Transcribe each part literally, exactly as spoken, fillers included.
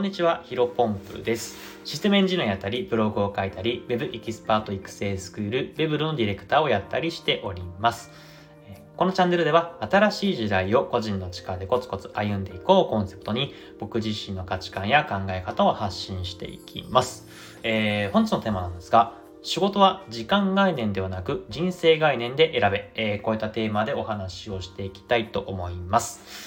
んにちは、ヒロポンプです。システムエンジニアやったり、ブログを書いたり、ウェブエキスパート育成スクール、ウェブのディレクターをやったりしております。このチャンネルでは、新しい時代を個人の力でコツコツ歩んでいこうをコンセプトに、僕自身の価値観や考え方を発信していきます。えー、本日のテーマなんですが、仕事は時間概念ではなく人生概念で選べ、えー、こういったテーマでお話をしていきたいと思います。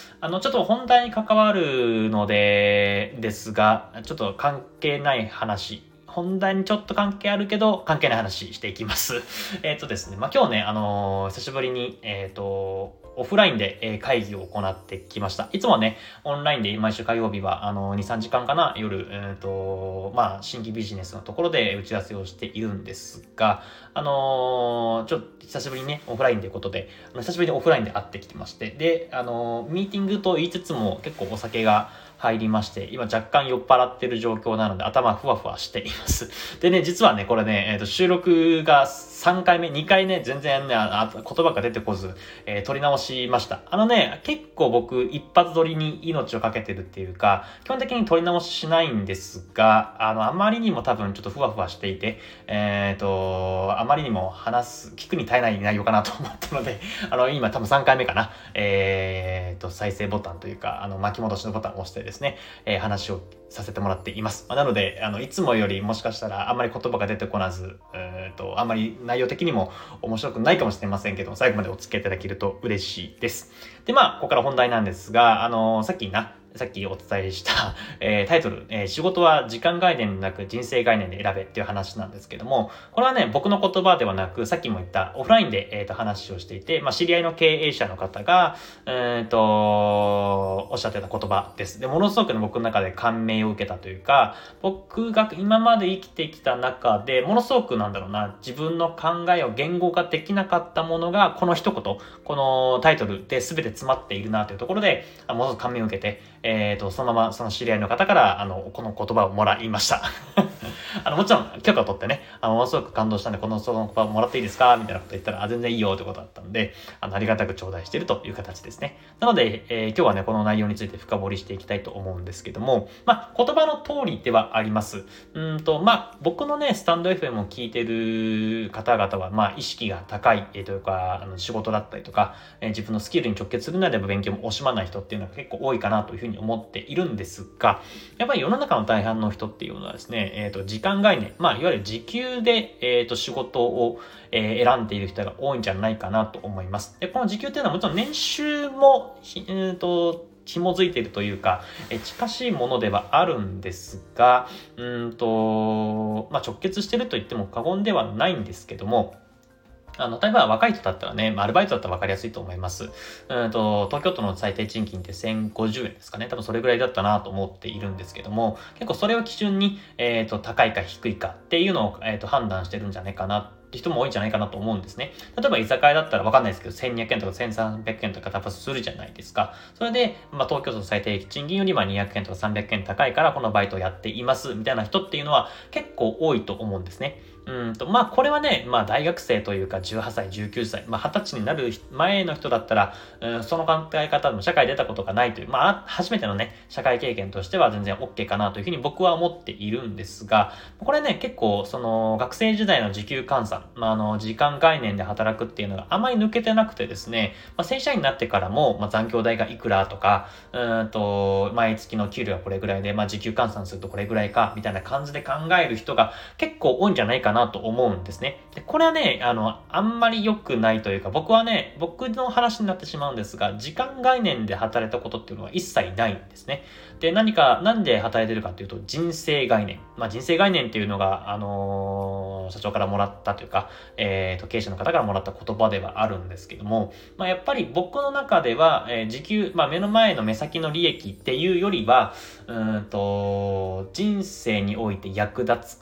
あのちょっと本題に関わるのでですが、ちょっと関係ない話、本題にちょっと関係あるけど関係ない話していきます。えっとですね、まあ今日ね、あのー、久しぶりにえっとオフラインで会議を行ってきました。いつもはね、オンラインで毎週火曜日は、あの、に、さんじかんかな、夜、えっと、まあ、新規ビジネスのところで打ち合わせをしているんですが、あのー、ちょっと久しぶりにね、オフラインということで、あの久しぶりにオフラインで会ってきてまして、で、あのー、ミーティングと言いつつも結構お酒が入りまして、今若干酔っ払ってる状況なので頭ふわふわしています。でね、実はね、これね、えーと、収録がさんかいめ、にかいね、全然ね、あ言葉が出てこず、えー、撮り直しました。あのね、結構僕、一発撮りに命をかけてるっていうか、基本的に撮り直ししないんですが、あの、あまりにも多分ちょっとふわふわしていて、えっと、あまりにも話す、聞くに耐えない内容かなと思ったので、あの、今多分さんかいめかな、えっと、再生ボタンというか、あの、巻き戻しのボタンを押してですね、えー、話をさせてもらっています。まあ、なので、あの、いつもよりもしかしたらあんまり言葉が出てこなず、えっと、あんまり内容的にも面白くないかもしれませんけど、最後までお付き合いいただけると嬉しいです。で、まあ、ここから本題なんですが、あのー、さっきな、さっきお伝えした、えー、タイトル、えー、仕事は時間概念なく人生概念で選べっていう話なんですけども、これはね、僕の言葉ではなく、さっきも言ったオフラインで、えー、と話をしていて、まあ、知り合いの経営者の方が、えっ、ー、と、おっしゃってた言葉です。で、ものすごく、ね、僕の中で感銘を受けたというか、僕が今まで生きてきた中で、ものすごくなんだろうな、自分の考えを言語化できなかったものが、この一言、このタイトルで全て詰まっているなというところで、ものすごく感銘を受けて、えっと、そのままその知り合いの方から、あの、この言葉をもらいました。あの、もちろん許可を取ってね、あの、ものすごく感動したんで、このその言葉をもらっていいですかみたいなこと言ったら、あ、全然いいよということだったので、あの、ありがたく頂戴しているという形ですね。なので、えー、今日はね、この内容について深掘りしていきたいと思うんですけども、まあ、言葉の通りではあります。うんと、まあ、僕のね、スタンド エフエム を聞いてる方々は、まあ、意識が高い、えー、というか、あの、仕事だったりとか、えー、自分のスキルに直結するならば勉強も惜しまない人っていうのが結構多いかなというふうに思っているんですが、やっぱり世の中の大半の人っていうのはですね、えっと、時間概念、まあ、いわゆる時給で、えっと、仕事を、えー、選んでいる人が多いんじゃないかなと思います。で、この時給っていうのはもちろん年収も、えっと、紐づいているというか、え近しいものではあるんですが、うんと、まあ、直結していると言っても過言ではないんですけども、あの、例えば若い人だったらね、アルバイトだったら分かりやすいと思います。うんと、東京都の最低賃金ってせんごじゅうえんですかね。多分それぐらいだったなと思っているんですけども、結構それを基準に、えっと、高いか低いかっていうのを、えっと、判断してるんじゃないかなって人も多いんじゃないかなと思うんですね。例えば居酒屋だったら分かんないですけど、せんにひゃくえんとかせんさんびゃくえんとか多分するじゃないですか。それで、まあ、東京都の最低賃金よりまあにひゃくえんとかさんびゃくえん高いからこのバイトをやっていますみたいな人っていうのは結構多いと思うんですね。うんと、まあ、これはね、まあ、大学生というか、じゅうはっさい、じゅうきゅうさい、まあ、はたちになる前の人だったら、うん、その考え方でも社会出たことがないという、まあ、初めてのね、社会経験としては全然 OK かなというふうに僕は思っているんですが、これね、結構、その、学生時代の時給換算、まあ、あの、時間概念で働くっていうのがあまり抜けてなくてですね、まあ、正社員になってからも、まあ、残業代がいくらとか、うんと、毎月の給料はこれぐらいで、まあ、時給換算するとこれぐらいか、みたいな感じで考える人が結構多いんじゃないかななと思うんですね。で、これはね、あの、あんまり良くないというか、僕はね、僕の話になってしまうんですが、時間概念で働いたことっていうのは一切ないんですね。で、何か、なんで働いてるかっていうと、人生概念。まあ、人生概念っていうのが、あのー、社長からもらったというか、えっと、経営者の方からもらった言葉ではあるんですけども、まあ、やっぱり僕の中では、えー、時給、まあ、目の前の目先の利益っていうよりは、うんと、人生において役立つか、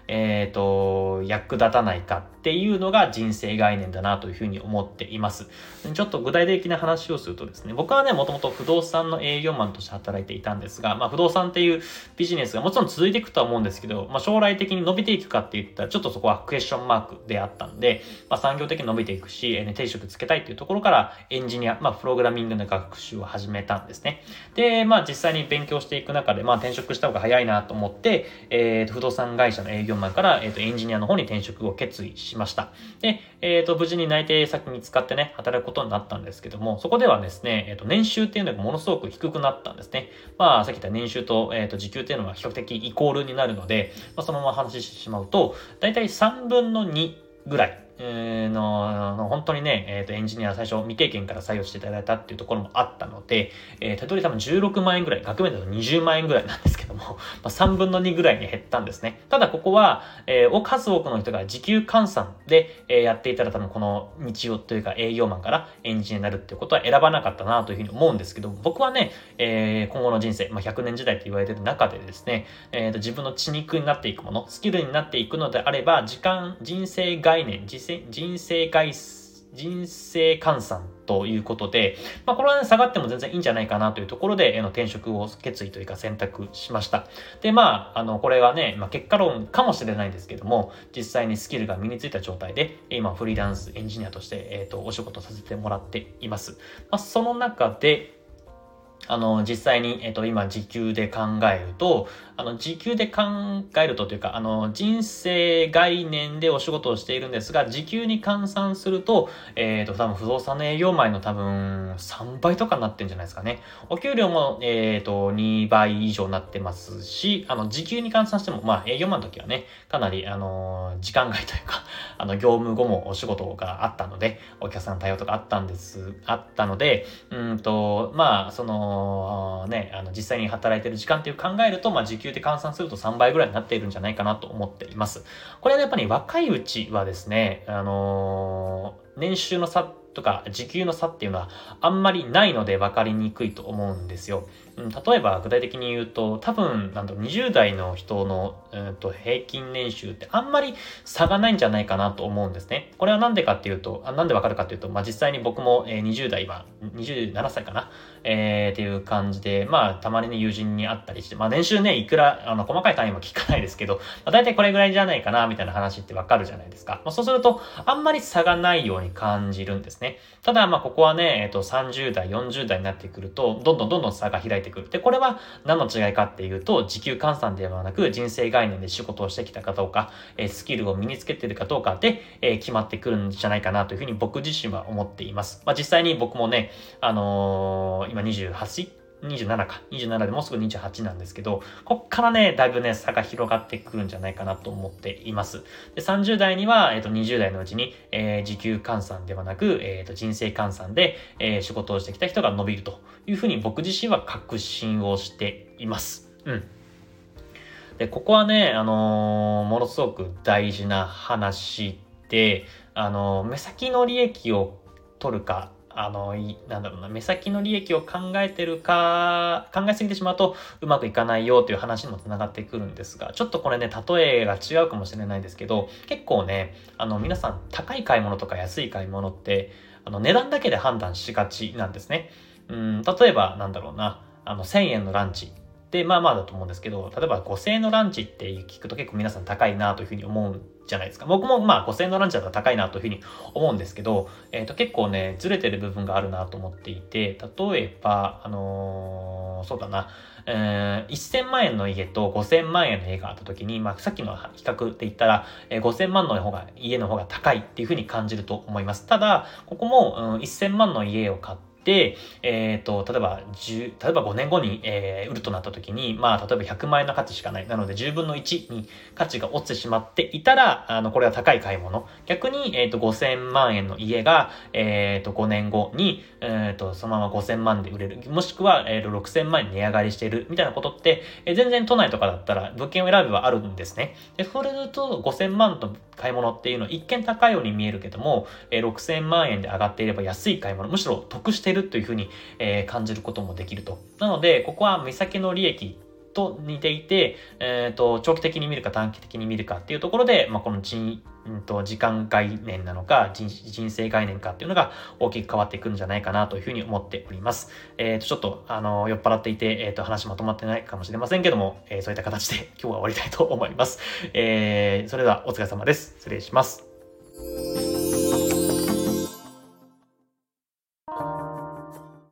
えっと、役立たないかっていうのが人生概念だなというふうに思っています。ちょっと具体的な話をするとですね、僕はね、もともと不動産の営業マンとして働いていたんですが、まあ不動産っていうビジネスがもちろん続いていくとは思うんですけど、まあ将来的に伸びていくかって言ったら、ちょっとそこはクエスチョンマークであったんで、まあ産業的に伸びていくし、ね、定職つけたいっていうところからエンジニア、まあプログラミングの学習を始めたんですね。で、まあ実際に勉強していく中で、まあ転職した方が早いなと思って、えーと、不動産会社の営業マンから、えーと、エンジニアの方に転職を決意しました。で、えーと、無事に内定先に使ってね、働くことになったんですけども、そこではですね、えーと、年収っていうのがものすごく低くなったんですね。まあ、さっき言った年収と、えーと、時給っていうのは比較的イコールになるので、まあ、そのまま話してしまうと、だいたいさんぶんのにぐらい、えー、の、の本当にね、えっ、ー、と、エンジニア最初未経験から採用していただいたっていうところもあったので、えー、手取り多分じゅうろくまん円ぐらい、額面だとにじゅうまん円ぐらいなんですけども、まあ、さんぶんのにぐらいに減ったんですね。ただここは、えー、数多くの人が時給換算で、えー、やっていたら多分この道をというか営業マンからエンジニアになるっていうことは選ばなかったなというふうに思うんですけど、僕はね、えー、今後の人生、まあ、ひゃくねん時代と言われている中でですね、えーと、自分の血肉になっていくもの、スキルになっていくのであれば、時間、人生概念、人生、人生概人生換算ということで、まあ、これはね、下がっても全然いいんじゃないかなというところで、あの、転職を決意というか選択しました。で、まあ、あの、これはね、まあ、結果論かもしれないんですけども、実際にスキルが身についた状態で、今、フリーランスエンジニアとして、えっと、お仕事させてもらっています。まあ、その中で、あの、実際に、えっと、今、時給で考えると、あの、時給で考えるとというか、あの、人生概念でお仕事をしているんですが、時給に換算すると、えっと、多分不動産の営業前の多分さんばいとかになってるんじゃないですかね。お給料も、えっと、にばい以上になってますし、あの、時給に換算しても、まあ、営業マンの時はね、かなり、あの、時間外というか、あの、業務後もお仕事があったので、お客さんの対応とかあったんです、あったので、うんと、まあ、その、ね、あの、実際に働いてる時間っていう考えると、まあ、時給で換算するとさんばいぐらいになっているんじゃないかなと思っています。これはやっぱり若いうちはですね、あのー、年収の差とか時給の差っていうのはあんまりないので分かりにくいと思うんですよ。うん、例えば具体的に言うと、多分、なんだろう、にじゅう代の人の、うんと、平均年収ってあんまり差がないんじゃないかなと思うんですね。これはなんでかっていうと、あなんでわかるかっていうと、まあ、実際に僕も、えー、にじゅう代今、にじゅうななさいかな、えー、っていう感じで、まあ、たまにね、友人に会ったりして、まあ、年収ね、いくら、あの、細かい単位は聞かないですけど、まあ、大体これぐらいじゃないかな、みたいな話ってわかるじゃないですか。まあ、そうすると、あんまり差がないように感じるんですね。ただ、まあ、ここはね、えっと、さんじゅう代、よんじゅう代になってくると、どんどんどんどん差が開いてくる。で、これは何の違いかっていうと、時給換算ではなく、人生概念で仕事をしてきたかどうか、えスキルを身につけているかどうかで、えー、決まってくるんじゃないかなというふうに僕自身は思っています。まあ、実際に僕もね、あのー、今にじゅうはち、にじゅうななか。にじゅうななでもうすぐにじゅうはちなんですけど、こっからね、だいぶね、差が広がってくるんじゃないかなと思っています。で、さんじゅう代には、えっと、にじゅう代のうちに、えー、時給換算ではなく、えっと、人生換算で、えー、仕事をしてきた人が伸びるというふうに僕自身は確信をしています。うん。で、ここはね、あのー、ものすごく大事な話で、あのー、目先の利益を取るか、あの、なんだろうな、目先の利益を考えてるか、考えすぎてしまうとうまくいかないよという話にもつながってくるんですが、ちょっとこれね、例えが違うかもしれないんですけど、結構ね、あの、皆さん高い買い物とか安い買い物って、あの、値段だけで判断しがちなんですね。うん、例えば、なんだろうな、あの、せんえんのランチ。で、まあまあだと思うんですけど、例えばごせんえんのランチって聞くと結構皆さん高いなというふうに思うんじゃないですか。僕もまあごせんえんのランチだったら高いなというふうに思うんですけど、えっと結構ね、ずれてる部分があるなと思っていて、例えば、あのー、そうだな、えー、せんまんえんの家とごせんまんえんの家があった時に、まあさっきの比較で言ったら、えー、ごせんまんの方が、家の方が高いっていうふうに感じると思います。ただ、ここも、うん、せんまんの家を買って、で、えっと、例えば、じゅう、例えばごねんごに、えー、売るとなった時に、まあ、例えばひゃくまん円の価値しかない。なので、じゅうぶんのいちに価値が落ちてしまっていたら、あの、これは高い買い物。逆に、えっと、ごせんまんえんの家が、えっと、ごねんごに、えっと、そのままごせんまんで売れる。もしくは、えっと、ろくせんまん円値上がりしている。みたいなことって、えー、全然都内とかだったら、物件を選べばあるんですね。で、それだとごせんまんの買い物っていうのは一見高いように見えるけども、えー、ろくせんまん円で上がっていれば安い買い物、むしろ得しているというふうに、えー、感じることもできると。なので、ここは目先の利益と似ていて、えっと、長期的に見るか短期的に見るかっていうところで、まあ、この人、うんと、時間概念なのか人、人生概念かっていうのが大きく変わっていくんじゃないかなというふうに思っております。えっと、ちょっと、あの、酔っ払っていて、えっと、話まとまってないかもしれませんけども、えー、そういった形で今日は終わりたいと思います。えー、それではお疲れ様です。失礼します。